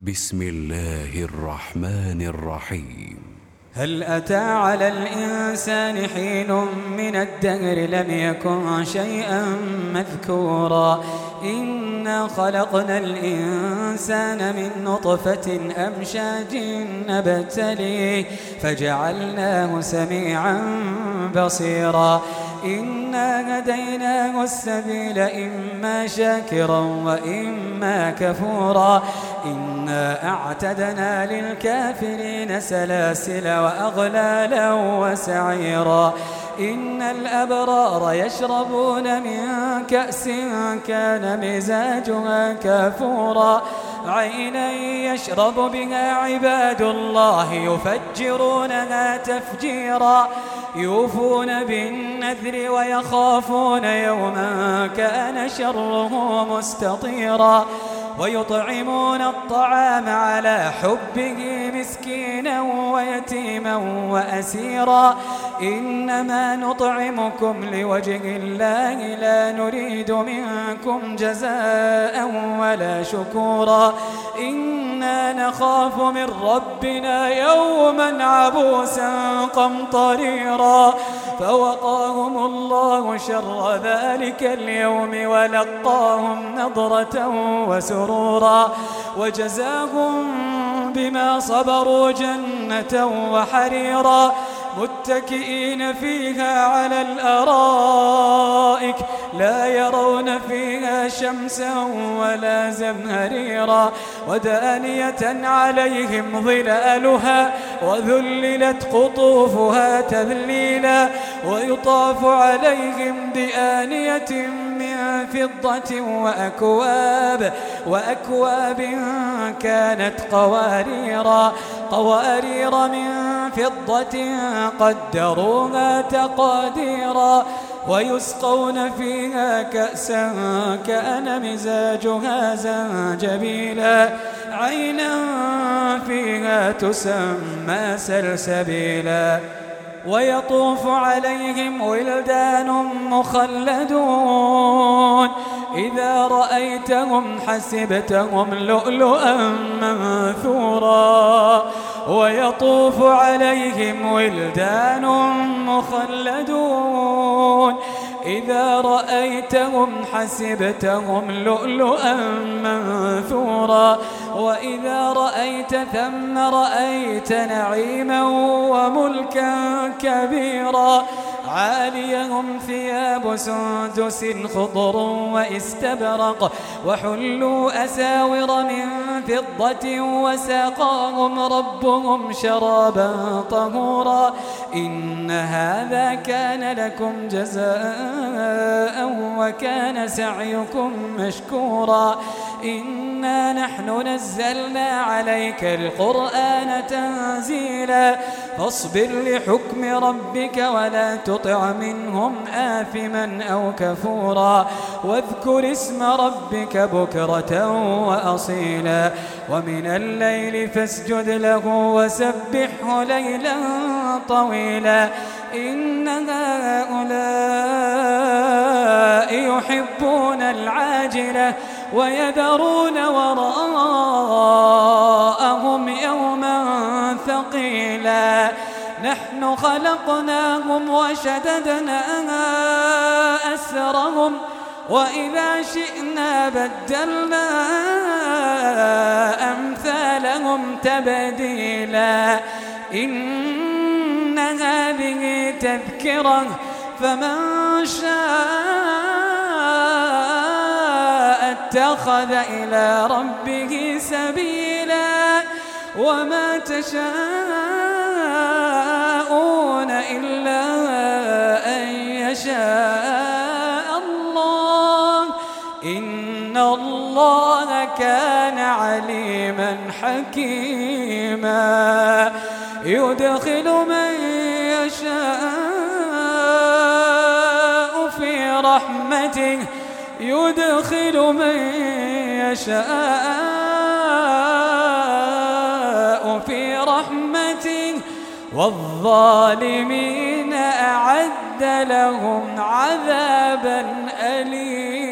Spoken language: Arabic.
بسم الله الرحمن الرحيم. هل أتى على الإنسان حين من الدهر لم يكن شيئا مذكورا إنا خلقنا الإنسان من نطفة أمشاج نبتليه فجعلناه سميعا بصيرا إنا هديناه السبيل إما شاكرا وإما كفورا إنا أعتدنا للكافرين سلاسل وأغلالا وسعيرا إن الأبرار يشربون من كأس كان مزاجها كافورا عينا يشرب بها عباد الله يفجرونها تفجيرا يوفون بالنذر ويخافون يوما كان شره مستطيرا ويطعمون الطعام على حبه مسكينا ويتيما وأسيرا إنما نطعمكم لوجه الله لا نريد منكم جزاء ولا شكورا إنا نخاف من ربنا يوما عبوسا قمطريرا فوقاهم الله شر ذلك اليوم ولقاهم نضرة وسرورا وجزاهم بما صبروا جنة وحريرا متكئين فيها على الأرائك لا يرون فيها شمسا ولا زمهريرا ودانية عليهم ظلالها وذللت قطوفها تذليلا ويطاف عليهم بآنية من فضة وأكواب كانت قوارير من فضة قدروها تقاديرا ويسقون فيها كأسا كأن مزاجها زنجبيلا عينا فيها تسمى سلسبيلا ويطوف عليهم ولدان مخلدون إذا رأيتهم حسبتهم لؤلؤا منثورا ويطوف عليهم ولدان مخلدون إذا رأيتهم حسبتهم لؤلؤا منثورا وإذا رأيت ثم رأيت نعيما وملكا كبيرا عاليهم ثياب سندس خضر واستبرق وحلوا أساور من فضة وساقاهم ربهم شرابا طهورا إن هذا كان لكم جزاء وكان سعيكم مشكورا إنا نحن نزلنا عليك القرآن تنزيلا فاصبر لحكم ربك ولا تطع منهم آثما أو كفورا واذكر اسم ربك بكرة وأصيلا ومن الليل فاسجد له وسبحه ليلا طويلا إن هؤلاء يحبون العاجلة ويذرون وراءهم يوما ثقيلا نحن خلقناهم وشددنا أسرهم وإذا شئنا بدلنا أمثالهم تبديلا إن هذه تذكرة فمن شاء اتخذ إلى ربه سبيلا وما تشاءون إلا أن يشاء الله إن الله كان عليما حكيما يدخل من يشاء في رحمته يدخل من يشاء في رحمته والظالمين أعد لهم عذابا أليما.